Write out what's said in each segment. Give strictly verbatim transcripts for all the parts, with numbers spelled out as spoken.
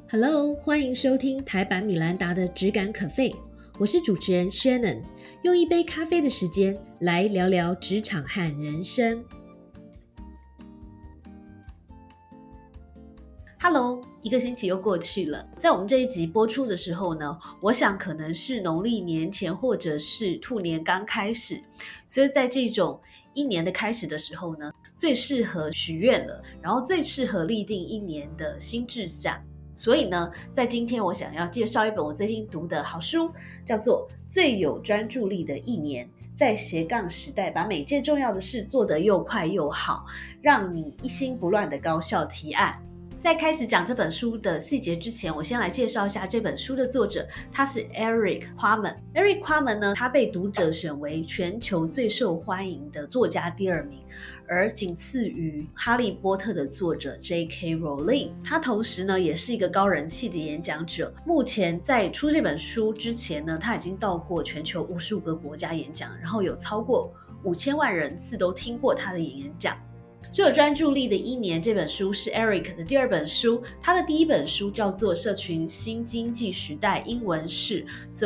Hello， 欢迎收听台版米兰达的质感可废，我是主持人 Shannon， 用一杯咖啡的时间来聊聊职场和人生。Hello， 一个星期又过去了，在我们这一集播出的时候呢，我想可能是农历年前或者是兔年刚开始，所以在这种一年的开始的时候呢，最适合许愿了，然后最适合立定一年的新志向。所以呢，在今天我想要介绍一本我最近读的好书，叫做《最有专注力的一年》，在斜杠时代把每件重要的事做得又快又好，让你一心不乱的高效提案。在开始讲这本书的细节之前，我先来介绍一下这本书的作者，他是 Eric Quammen。Eric Quammen 呢，他被读者选为全球最受欢迎的作家第二名，而仅次于哈利波特的作者 J K Rowling。 他同时呢也是一个高人气的演讲者，目前在出这本书之前呢，他已经到过全球无数个国家演讲，然后有超过五千万人次都听过他的演讲。最有专注力的一年这本书是 Eric 的第二本书，他的第一本书叫做社群新经济时代，英文是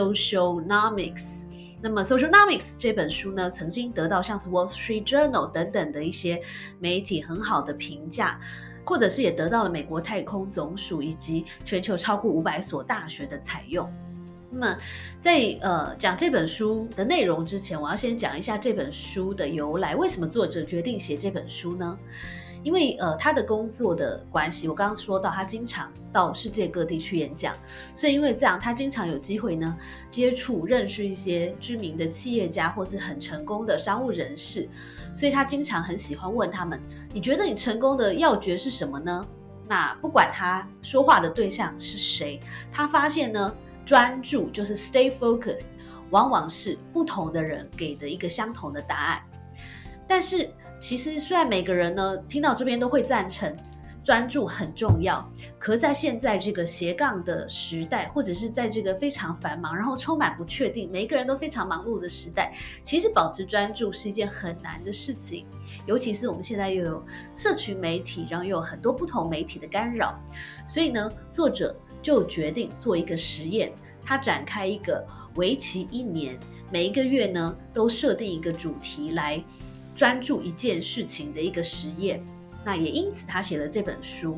Socialnomics。 那么 Socialnomics 这本书呢，曾经得到像是 Wall Street Journal 等等的一些媒体很好的评价，或者是也得到了美国太空总署以及全球超过五百所大学的采用。那么在呃讲这本书的内容之前，我要先讲一下这本书的由来。为什么作者决定写这本书呢？因为呃他的工作的关系，我刚刚说到他经常到世界各地去演讲，所以因为这样他经常有机会呢接触认识一些知名的企业家或是很成功的商务人士，所以他经常很喜欢问他们，你觉得你成功的要诀是什么呢？那不管他说话的对象是谁，他发现呢专注就是 stay focused 往往是不同的人给的一个相同的答案。但是其实虽然每个人呢听到这边都会赞成专注很重要，可在现在这个斜杠的时代，或者是在这个非常繁忙然后充满不确定，每一个人都非常忙碌的时代，其实保持专注是一件很难的事情。尤其是我们现在又有社群媒体，然后又有很多不同媒体的干扰，所以呢作者就决定做一个实验，他展开一个为期一年，每一个月呢都设定一个主题来专注一件事情的一个实验。那也因此他写了这本书。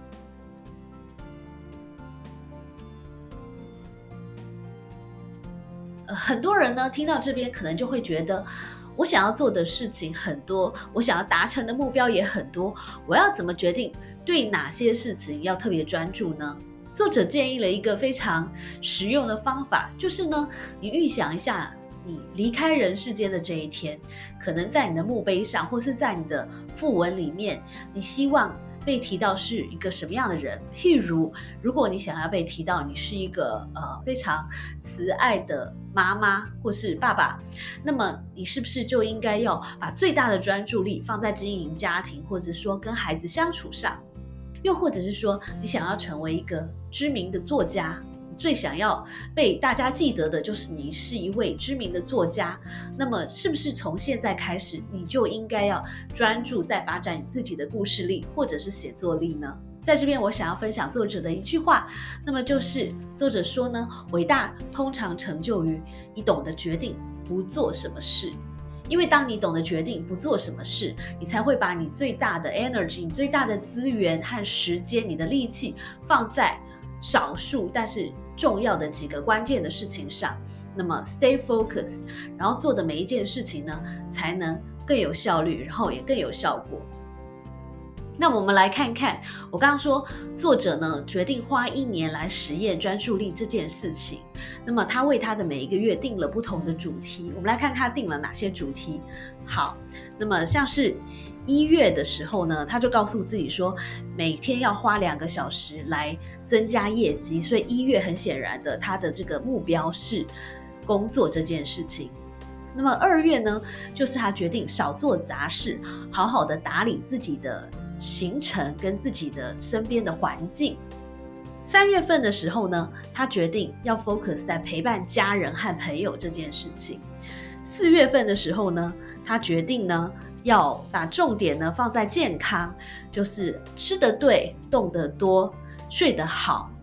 呃、很多人呢听到这边可能就会觉得，我想要做的事情很多，我想要达成的目标也很多，我要怎么决定对哪些事情要特别专注呢？作者建议了一个非常实用的方法，就是呢，你预想一下，你离开人世间的这一天，可能在你的墓碑上，或是在你的讣文里面，你希望被提到是一个什么样的人？譬如，如果你想要被提到你是一个呃非常慈爱的妈妈或是爸爸，那么你是不是就应该要把最大的专注力放在经营家庭，或者说跟孩子相处上？又或者是说，你想要成为一个知名的作家，你最想要被大家记得的就是你是一位知名的作家，那么是不是从现在开始，你就应该要专注在发展你自己的故事力或者是写作力呢？在这边我想要分享作者的一句话，那么就是作者说呢，伟大通常成就于你懂得决定不做什么事。因为当你懂得决定不做什么事，你才会把你最大的 energy、 你最大的资源和时间、你的力气放在少数但是重要的几个关键的事情上。那么 stay focused， 然后做的每一件事情呢，才能更有效率，然后也更有效果。那我们来看看，我刚刚说作者呢决定花一年来实验专注力这件事情，那么他为他的每一个月定了不同的主题。我们来看他定了哪些主题。好，那么像是一月的时候呢，他就告诉自己说每天要花两个小时来增加业绩，所以一月很显然的他的这个目标是工作这件事情。那么二月呢，就是他决定少做杂事，好好的打理自己的行程跟自己的身边的环境。三月份的时候呢，他决定要 focus 在陪伴家人和朋友这件事情。四月份的时候呢，他决定呢要把重点呢放在健康，就是吃得对，动得多，睡得好，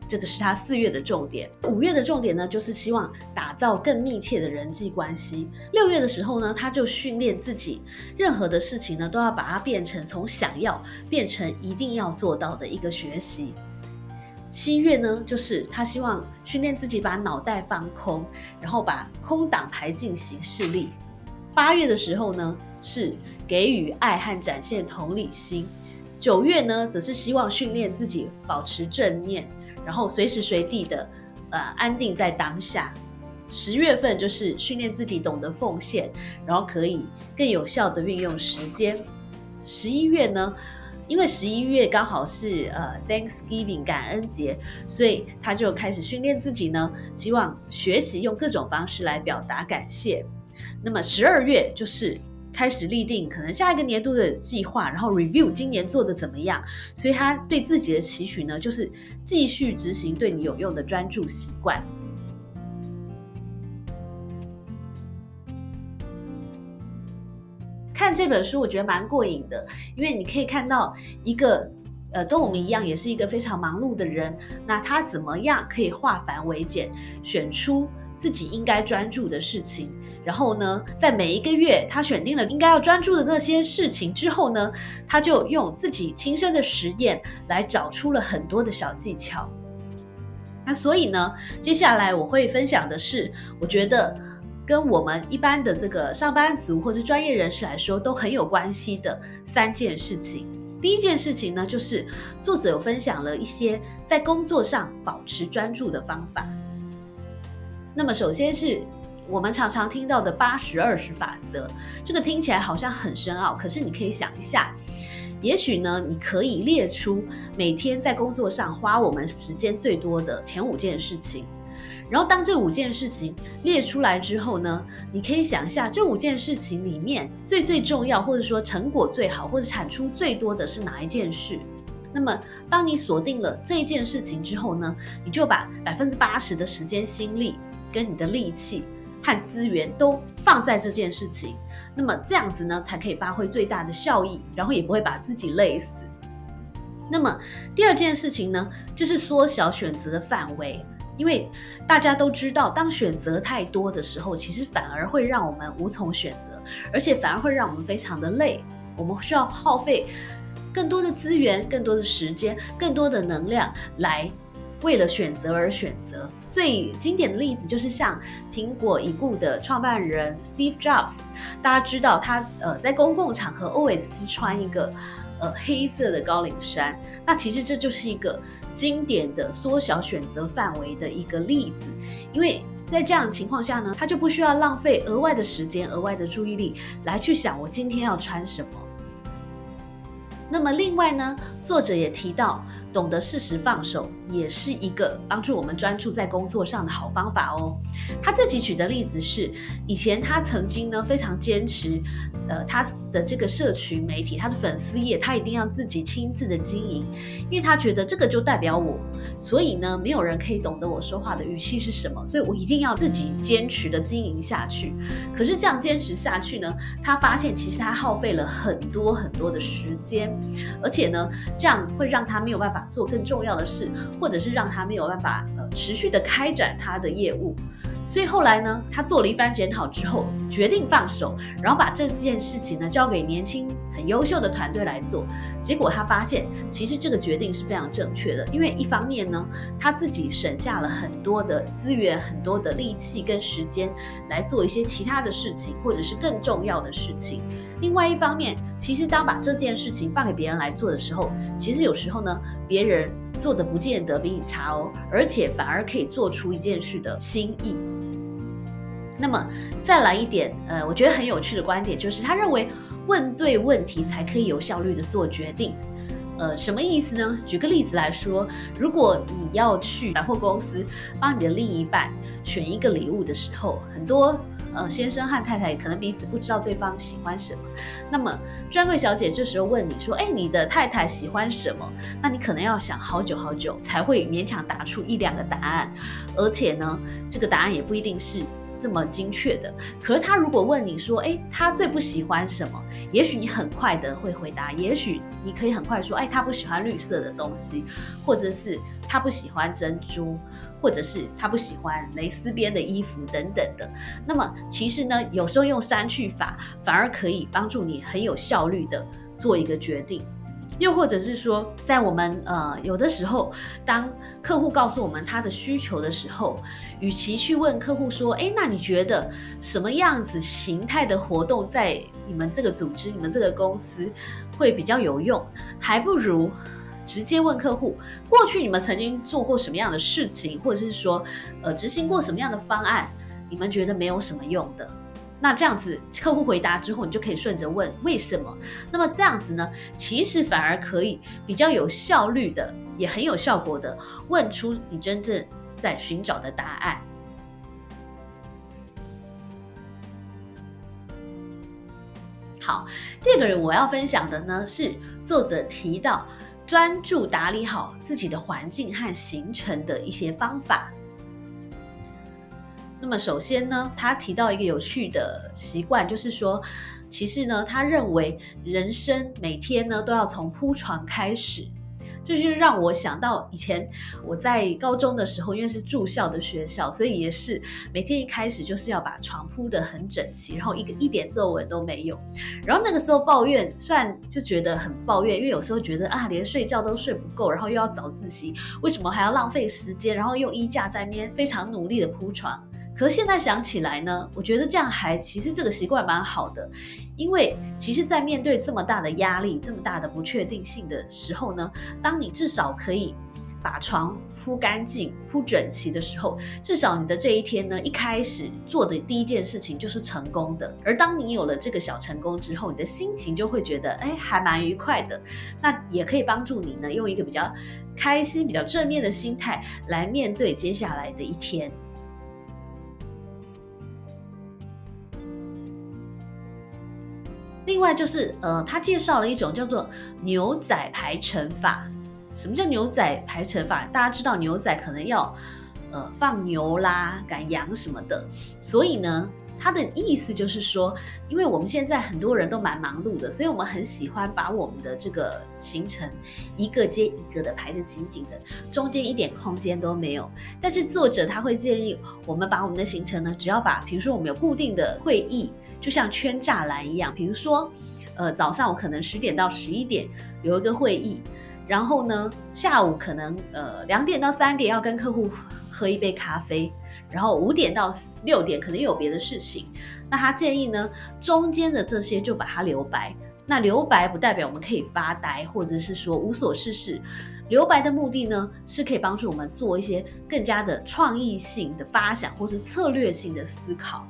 这个是他四月的重点。五月的重点呢，就是希望打造更密切的人际关系。六月的时候呢，他就训练自己，任何的事情呢，都要把它变成从想要变成一定要做到的一个学习。七月呢，就是他希望训练自己把脑袋放空，然后把空档排进行事力。八月的时候呢，是给予爱和展现同理心。九月呢，则是希望训练自己保持正念，然后随时随地的呃安定在当下。十月份就是训练自己懂得奉献，然后可以更有效的运用时间。十一月呢，因为十一月刚好是呃 Thanksgiving 感恩节，所以他就开始训练自己呢，希望学习用各种方式来表达感谢。那么十二月就是开始立定可能下一个年度的计划，然后 review 今年做的怎么样，所以他对自己的期许呢，就是继续执行对你有用的专注习惯。看这本书我觉得蛮过瘾的，因为你可以看到一个呃跟我们一样也是一个非常忙碌的人，那他怎么样可以化繁为简，选出自己应该专注的事情，然后呢，在每一个月他选定了应该要专注的那些事情之后呢，他就用自己亲身的实验来找出了很多的小技巧。那所以呢，接下来我会分享的是，我觉得跟我们一般的这个上班族或是专业人士来说都很有关系的三件事情。第一件事情呢，就是作者有分享了一些在工作上保持专注的方法。那么首先是我们常常听到的八十二十法则，这个听起来好像很深奥，可是你可以想一下，也许呢，你可以列出每天在工作上花我们时间最多的前五件事情。然后当这五件事情列出来之后呢，你可以想一下这五件事情里面最最重要，或者说成果最好，或者产出最多的是哪一件事。那么当你锁定了这一件事情之后呢，你就把百分之八十的时间心力跟你的力气和资源都放在这件事情，那么这样子呢才可以发挥最大的效益，然后也不会把自己累死。那么第二件事情呢，就是缩小选择的范围。因为大家都知道，当选择太多的时候，其实反而会让我们无从选择，而且反而会让我们非常的累。我们需要耗费更多的资源、更多的时间、更多的能量来为了选择而选择。最经典的例子就是像苹果已故的创办人 Steve Jobs， 大家知道他呃在公共场合 always 是穿一个呃黑色的高领衫，那其实这就是一个经典的缩小选择范围的一个例子。因为在这样的情况下呢，他就不需要浪费额外的时间、额外的注意力来去想我今天要穿什么。那么另外呢，作者也提到，懂得适时放手也是一个帮助我们专注在工作上的好方法哦。他自己举的例子是，以前他曾经呢非常坚持，呃，他的这个社群媒体，他的粉丝页，他一定要自己亲自的经营，因为他觉得这个就代表我，所以呢，没有人可以懂得我说话的语气是什么，所以我一定要自己坚持的经营下去。可是这样坚持下去呢，他发现其实他耗费了很多很多的时间。而且呢，这样会让他没有办法做更重要的事，或者是让他没有办法呃持续的开展他的业务。所以后来呢，他做了一番检讨之后，决定放手，然后把这件事情呢交给年轻很优秀的团队来做。结果他发现，其实这个决定是非常正确的，因为一方面呢，他自己省下了很多的资源、很多的力气跟时间来做一些其他的事情，或者是更重要的事情。另外一方面，其实当把这件事情放给别人来做的时候，其实有时候呢，别人做的不见得比你差哦，而且反而可以做出一件事的新意。那么再来一点，呃，我觉得很有趣的观点，就是他认为问对问题才可以有效率的做决定。呃，什么意思呢？举个例子来说，如果你要去百货公司帮你的另一半选一个礼物的时候，很多呃先生和太太可能彼此不知道对方喜欢什么，那么专柜小姐这时候问你说，哎，你的太太喜欢什么？那你可能要想好久好久才会勉强答出一两个答案，而且呢，这个答案也不一定是这么精确的。可是他如果问你说，哎，他最不喜欢什么？也许你很快的会回答，也许你可以很快说，哎，他不喜欢绿色的东西，或者是他不喜欢珍珠，或者是他不喜欢蕾丝边的衣服等等的。那么其实呢，有时候用删去法反而可以帮助你很有效率的做一个决定。又或者是说，在我们呃有的时候，当客户告诉我们他的需求的时候，与其去问客户说，哎，那你觉得什么样子形态的活动在你们这个组织、你们这个公司会比较有用，还不如直接问客户，过去你们曾经做过什么样的事情，或者是说，呃，执行过什么样的方案，你们觉得没有什么用的。那这样子，客户回答之后，你就可以顺着问为什么。那么这样子呢，其实反而可以比较有效率的，也很有效果的问出你真正在寻找的答案。好，第二个人我要分享的呢，是作者提到专注打理好自己的环境和行程的一些方法。那么首先呢，他提到一个有趣的习惯，就是说，其实呢，他认为人生每天呢都要从铺床开始。这就是让我想到以前我在高中的时候，因为是住校的学校，所以也是每天一开始就是要把床铺得很整齐，然后一个一点皱纹都没有。然后那个时候抱怨，虽然就觉得很抱怨，因为有时候觉得啊，连睡觉都睡不够，然后又要早自习，为什么还要浪费时间，然后用衣架在那边非常努力的铺床。可是现在想起来呢，我觉得这样还其实这个习惯蛮好的，因为其实在面对这么大的压力，这么大的不确定性的时候呢，当你至少可以把床铺干净铺整齐的时候，至少你的这一天呢，一开始做的第一件事情就是成功的。而当你有了这个小成功之后，你的心情就会觉得哎，还蛮愉快的。那也可以帮助你呢，用一个比较开心比较正面的心态来面对接下来的一天。另外就是呃，他介绍了一种叫做牛仔排程法。什么叫牛仔排程法？大家知道牛仔可能要呃放牛啦、赶羊什么的，所以呢，他的意思就是说，因为我们现在很多人都蛮忙碌的，所以我们很喜欢把我们的这个行程一个接一个的排得紧紧的，中间一点空间都没有。但是作者他会建议我们把我们的行程呢，只要把，比如说我们有固定的会议，就像圈栅栏一样，比如说，呃，早上我可能十点到十一点有一个会议，然后呢，下午可能呃两点到三点要跟客户喝一杯咖啡，然后五点到六点可能又有别的事情。那他建议呢，中间的这些就把它留白。那留白不代表我们可以发呆，或者是说无所事事。留白的目的呢，是可以帮助我们做一些更加的创意性的发想，或是策略性的思考。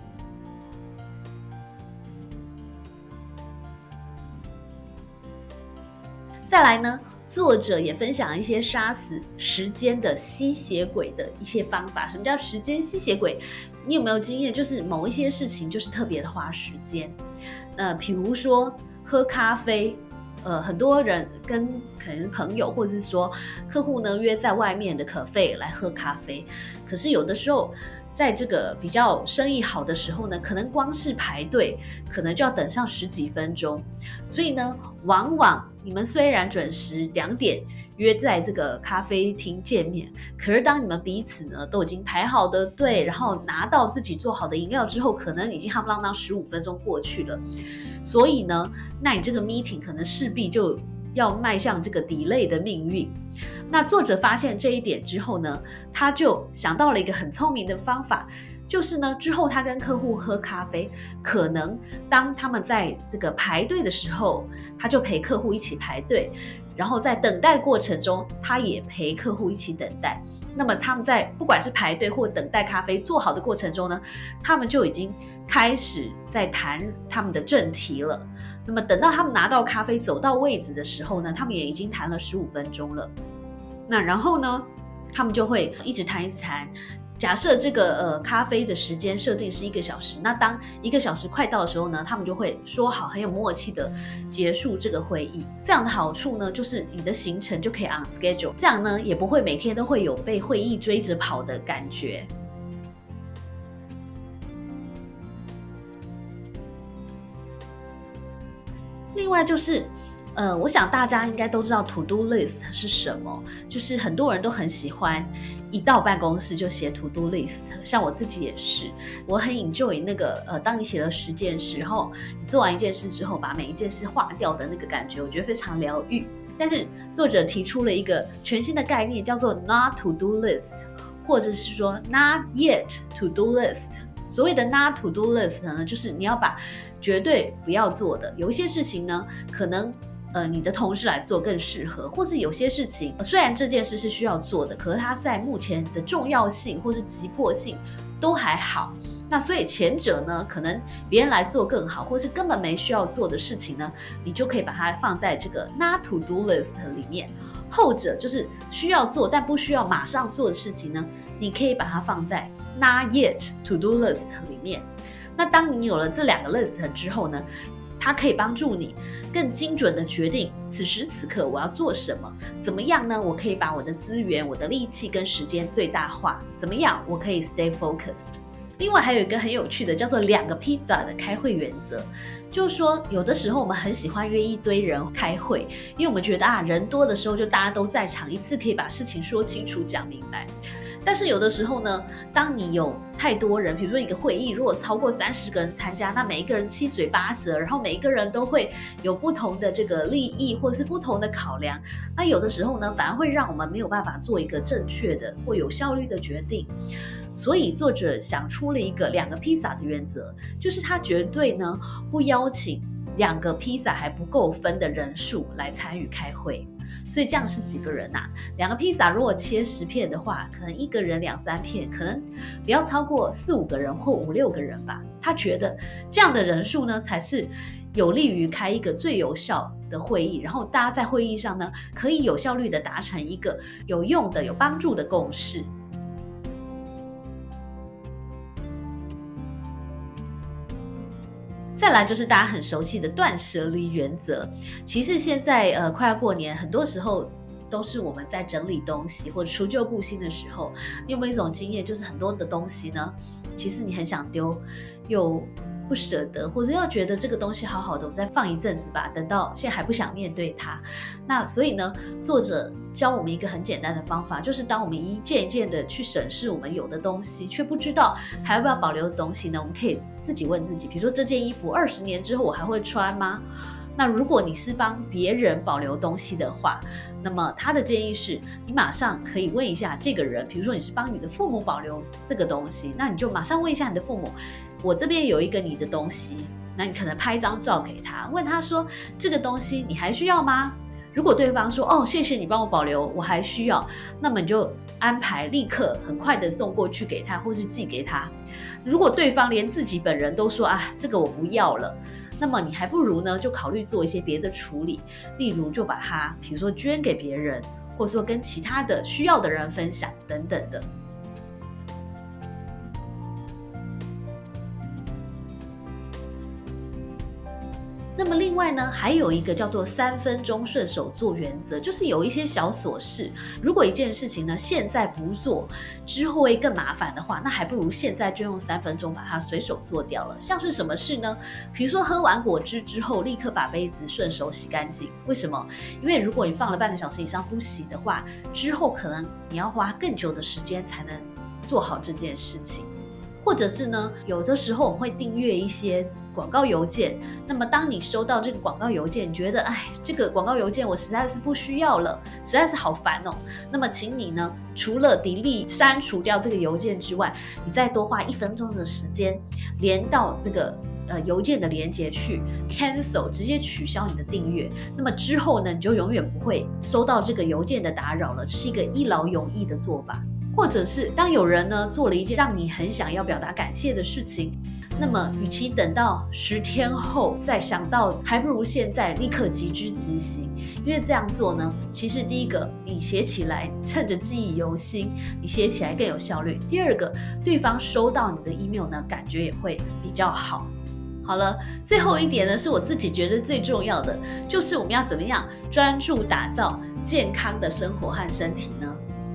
再来呢，作者也分享了一些杀死时间的吸血鬼的一些方法。什么叫时间吸血鬼？你有没有经验？就是某一些事情就是特别的花时间。呃，比如说喝咖啡，呃，很多人跟可能朋友或者是说客户呢约在外面的可费来喝咖啡，可是有的时候，在这个比较生意好的时候呢，可能光是排队可能就要等上十几分钟。所以呢，往往你们虽然准时两点约在这个咖啡厅见面，可是当你们彼此呢都已经排好的队，然后拿到自己做好的饮料之后，可能已经夯不啷当十五分钟过去了。所以呢，那你这个 meeting 可能势必就要迈向这个 delay 的命运。那作者发现这一点之后呢，他就想到了一个很聪明的方法，就是呢，之后他跟客户喝咖啡，可能当他们在这个排队的时候，他就陪客户一起排队，然后在等待过程中，他也陪客户一起等待。那么他们在不管是排队或等待咖啡做好的过程中呢，他们就已经开始在谈他们的正题了。那么等到他们拿到咖啡走到位置的时候呢，他们也已经谈了十五分钟了。那然后呢，他们就会一直谈一直谈。假设这个呃咖啡的时间设定是一个小时，那当一个小时快到的时候呢，他们就会说好很有默契的结束这个会议。这样的好处呢，就是你的行程就可以 on schedule， 这样呢也不会每天都会有被会议追着跑的感觉。 另外就是。呃，我想大家应该都知道 to do list 是什么，就是很多人都很喜欢一到办公室就写 to do list， 像我自己也是，我很 enjoy 那个呃，当你写了十件事，然后你做完一件事之后，把每一件事划掉的那个感觉，我觉得非常疗愈。但是作者提出了一个全新的概念，叫做 not to do list， 或者是说 not yet to do list。所谓的 not to do list 呢，就是你要把绝对不要做的，有一些事情呢，可能。呃，你的同事来做更适合，或是有些事情，虽然这件事是需要做的，可是它在目前的重要性或是急迫性都还好。那所以前者呢，可能别人来做更好，或是根本没需要做的事情呢，你就可以把它放在这个 not to do list 里面。后者就是需要做但不需要马上做的事情呢，你可以把它放在 not yet to do list 里面。那当你有了这两个 list 之后呢，它可以帮助你更精准的决定此时此刻我要做什么，怎么样呢？我可以把我的资源、我的力气跟时间最大化，怎么样？我可以 stay focused。另外还有一个很有趣的叫做两个披萨的开会原则，就是说有的时候我们很喜欢约一堆人开会，因为我们觉得啊，人多的时候就大家都在场，一次可以把事情说清楚讲明白。但是有的时候呢，当你有太多人，比如说一个会议如果超过三十个人参加，那每一个人七嘴八舌，然后每一个人都会有不同的这个利益或是不同的考量，那有的时候呢，反而会让我们没有办法做一个正确的或有效率的决定。所以作者想出了一个两个披萨的原则，就是他绝对呢不邀请两个披萨还不够分的人数来参与开会。所以这样是几个人啊？两个披萨如果切十片的话，可能一个人两三片，可能不要超过四五个人或五六个人吧。他觉得这样的人数呢，才是有利于开一个最有效的会议，然后大家在会议上呢，可以有效率的达成一个有用的、有帮助的共识。再来就是大家很熟悉的断舍离原则。其实现在呃快要过年，很多时候都是我们在整理东西或者除旧布新的时候，你有没有一种经验，就是很多的东西呢，其实你很想丢，又不舍得，或者又觉得这个东西好好的，我再放一阵子吧，等到现在还不想面对它。那所以呢，作者教我们一个很简单的方法，就是当我们一件一件的去审视我们有的东西，却不知道还要不要保留的东西呢，我们可以自己问自己，比如说这件衣服二十年之后我还会穿吗？那如果你是帮别人保留东西的话，那么他的建议是，你马上可以问一下这个人，比如说你是帮你的父母保留这个东西，那你就马上问一下你的父母，我这边有一个你的东西，那你可能拍一张照给他，问他说这个东西你还需要吗？如果对方说哦，谢谢你帮我保留，我还需要，那么你就安排立刻很快的送过去给他，或是寄给他。如果对方连自己本人都说啊，这个我不要了，那么你还不如呢，就考虑做一些别的处理，例如就把它，比如说捐给别人，或者说跟其他的需要的人分享等等的。那么另外呢，还有一个叫做三分钟顺手做原则，就是有一些小琐事，如果一件事情呢现在不做，之后会更麻烦的话，那还不如现在就用三分钟把它随手做掉了。像是什么事呢？比如说喝完果汁之后，立刻把杯子顺手洗干净。为什么？因为如果你放了半个小时以上不洗的话，之后可能你要花更久的时间才能做好这件事情。或者是呢，有的时候我们会订阅一些广告邮件，那么当你收到这个广告邮件，你觉得哎，这个广告邮件我实在是不需要了，实在是好烦哦，那么请你呢，除了delete删除掉这个邮件之外，你再多花一分钟的时间连到这个呃邮件的连结去 cancel， 直接取消你的订阅，那么之后呢，你就永远不会收到这个邮件的打扰了，这是一个一劳永逸的做法。或者是当有人呢做了一件让你很想要表达感谢的事情，那么与其等到十天后再想到，还不如现在立刻即知即行。因为这样做呢，其实第一个你写起来趁着记忆犹新，你写起来更有效率；第二个，对方收到你的 email 呢，感觉也会比较好。好了，最后一点呢，是我自己觉得最重要的，就是我们要怎么样专注打造健康的生活和身体呢？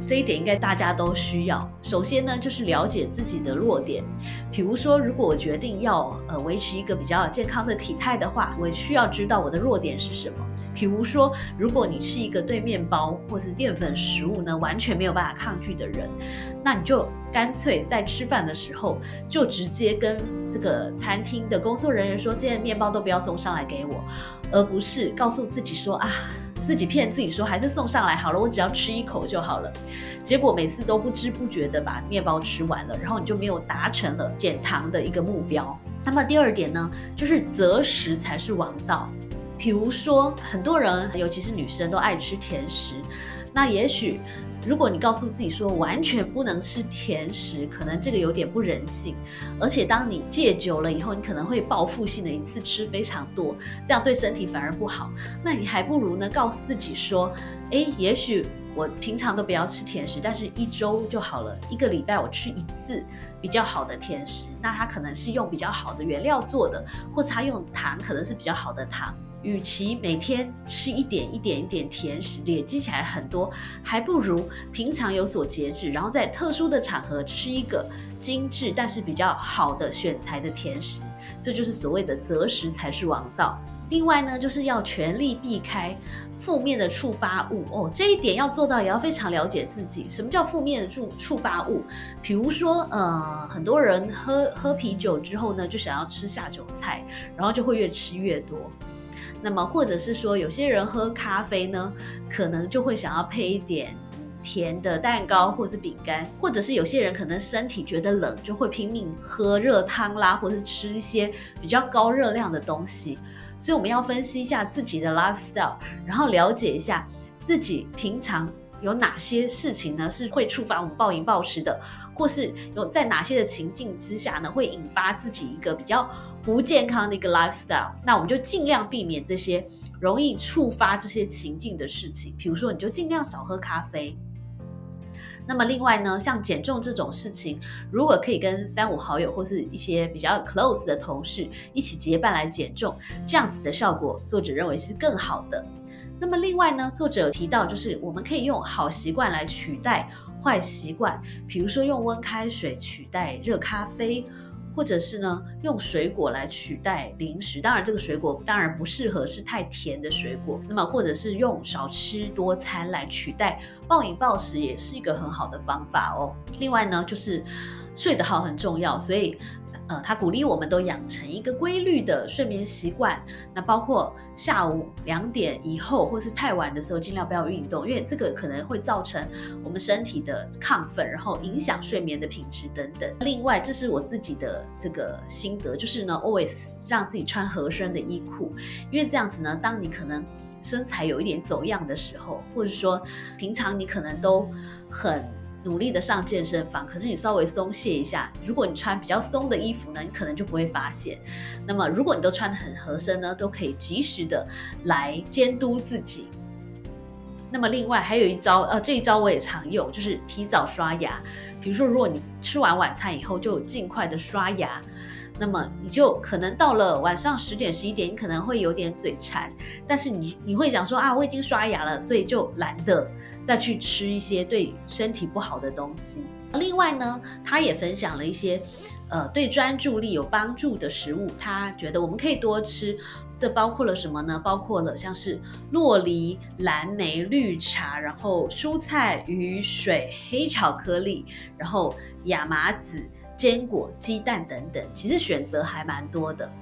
这一点应该大家都需要。首先呢，就是了解自己的弱点。比如说，如果我决定要呃维持一个比较健康的体态的话，我需要知道我的弱点是什么。比如说，如果你是一个对面包或是淀粉食物呢完全没有办法抗拒的人，那你就干脆在吃饭的时候就直接跟这个餐厅的工作人员说，今天的面包都不要送上来给我，而不是告诉自己说啊，自己骗自己说还是送上来好了，我只要吃一口就好了。结果每次都不知不觉的把面包吃完了，然后你就没有达成了减糖的一个目标。那么第二点呢，就是择食才是王道。比如说，很多人尤其是女生都爱吃甜食，那也许如果你告诉自己说完全不能吃甜食，可能这个有点不人性，而且当你戒久了以后，你可能会报复性的一次吃非常多，这样对身体反而不好。那你还不如呢告诉自己说，诶，也许我平常都不要吃甜食，但是一周就好了，一个礼拜我吃一次比较好的甜食，那它可能是用比较好的原料做的，或是它用糖可能是比较好的糖。与其每天吃一点一点一点甜食，累积起来很多，还不如平常有所节制，然后在特殊的场合吃一个精致但是比较好的选材的甜食，这就是所谓的择食才是王道。另外呢，就是要全力避开负面的触发物哦，这一点要做到，也要非常了解自己。什么叫负面的触触发物？比如说，呃，很多人喝喝啤酒之后呢，就想要吃下酒菜，然后就会越吃越多。那么或者是说，有些人喝咖啡呢，可能就会想要配一点甜的蛋糕或是饼干，或者是有些人可能身体觉得冷，就会拼命喝热汤啦，或是吃一些比较高热量的东西。所以我们要分析一下自己的 lifestyle， 然后了解一下自己平常有哪些事情呢是会触发我们暴饮暴食的，或是有在哪些的情境之下呢会引发自己一个比较不健康的一个 lifestyle， 那我们就尽量避免这些容易触发这些情境的事情。比如说，你就尽量少喝咖啡。那么另外呢，像减重这种事情，如果可以跟三五好友或是一些比较 close 的同事一起结伴来减重，这样子的效果，作者认为是更好的。那么另外呢，作者有提到，就是我们可以用好习惯来取代坏习惯，比如说用温开水取代热咖啡，或者是呢用水果来取代零食，当然这个水果当然不适合是太甜的水果，那么或者是用少吃多餐来取代暴饮暴食，也是一个很好的方法哦。另外呢，就是睡得好很重要，所以呃，他鼓励我们都养成一个规律的睡眠习惯，那包括下午两点以后或是太晚的时候尽量不要运动，因为这个可能会造成我们身体的亢奋，然后影响睡眠的品质等等。另外，这是我自己的这个心得，就是呢 always 让自己穿合身的衣裤，因为这样子呢，当你可能身材有一点走样的时候，或者说平常你可能都很努力的上健身房，可是你稍微松懈一下，如果你穿比较松的衣服呢，你可能就不会发现。那么如果你都穿得很合身呢，都可以及时的来监督自己。那么另外还有一招，呃，这一招我也常用，就是提早刷牙。比如说，如果你吃完晚餐以后就尽快的刷牙，那么你就可能到了晚上十点十一点，你可能会有点嘴馋，但是你你会想说啊，我已经刷牙了，所以就懒得再去吃一些对身体不好的东西。另外呢，他也分享了一些呃对专注力有帮助的食物，他觉得我们可以多吃。这包括了什么呢？包括了像是酪梨、蓝莓、绿茶，然后蔬菜、鱼、水、黑巧克力，然后亚麻籽、坚果、鸡蛋等等，其实选择还蛮多的。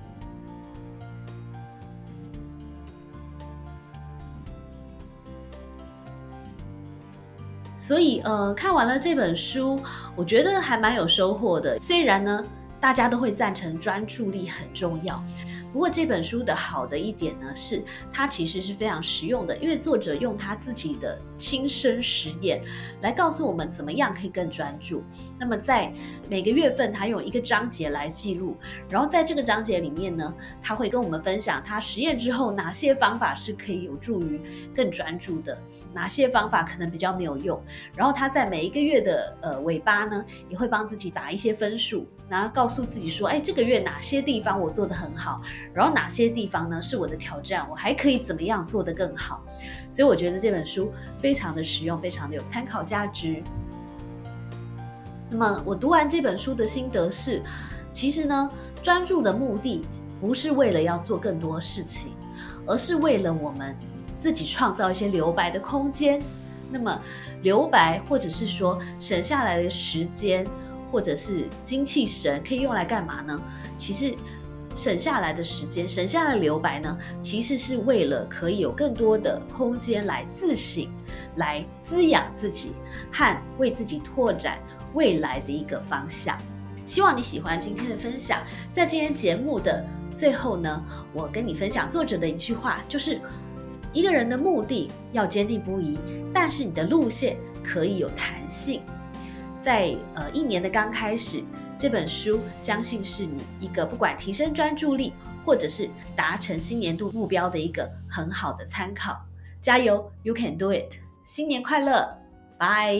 所以呃，看完了这本书，我觉得还蛮有收获的。虽然呢，大家都会赞成专注力很重要，不过这本书的好的一点呢，是它其实是非常实用的，因为作者用他自己的亲身实验来告诉我们怎么样可以更专注。那么在每个月份，他用一个章节来记录，然后在这个章节里面呢，他会跟我们分享他实验之后哪些方法是可以有助于更专注的，哪些方法可能比较没有用。然后他在每一个月的呃尾巴呢，也会帮自己打一些分数，然后告诉自己说，哎，这个月哪些地方我做得很好， 然后哪些地方呢是我的挑战，我还可以怎么样做得更好。所以我觉得这本书非常的实用，非常的有参考价值。那么我读完这本书的心得是，其实呢，专注的目的不是为了要做更多事情，而是为了我们自己创造一些留白的空间。那么留白或者是说省下来的时间或者是精气神可以用来干嘛呢？其实省下来的时间，省下来的留白呢，其实是为了可以有更多的空间来自省，来滋养自己和为自己拓展未来的一个方向。希望你喜欢今天的分享。在今天节目的最后呢，我跟你分享作者的一句话，就是一个人的目的要坚定不移，但是你的路线可以有弹性。在呃一年的刚开始，这本书相信是你一个不管提升专注力或者是达成新年度目标的一个很好的参考。加油 ，You can do it！ 新年快乐，拜！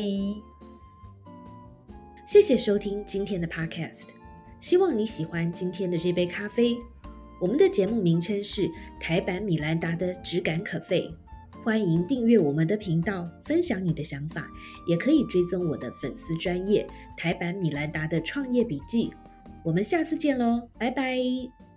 谢谢收听今天的 Podcast， 希望你喜欢今天的这杯咖啡。我们的节目名称是台版米兰达的质感可废，欢迎订阅我们的频道，分享你的想法，也可以追踪我的粉丝专页台版米兰达的创业笔记。我们下次见咯，拜拜。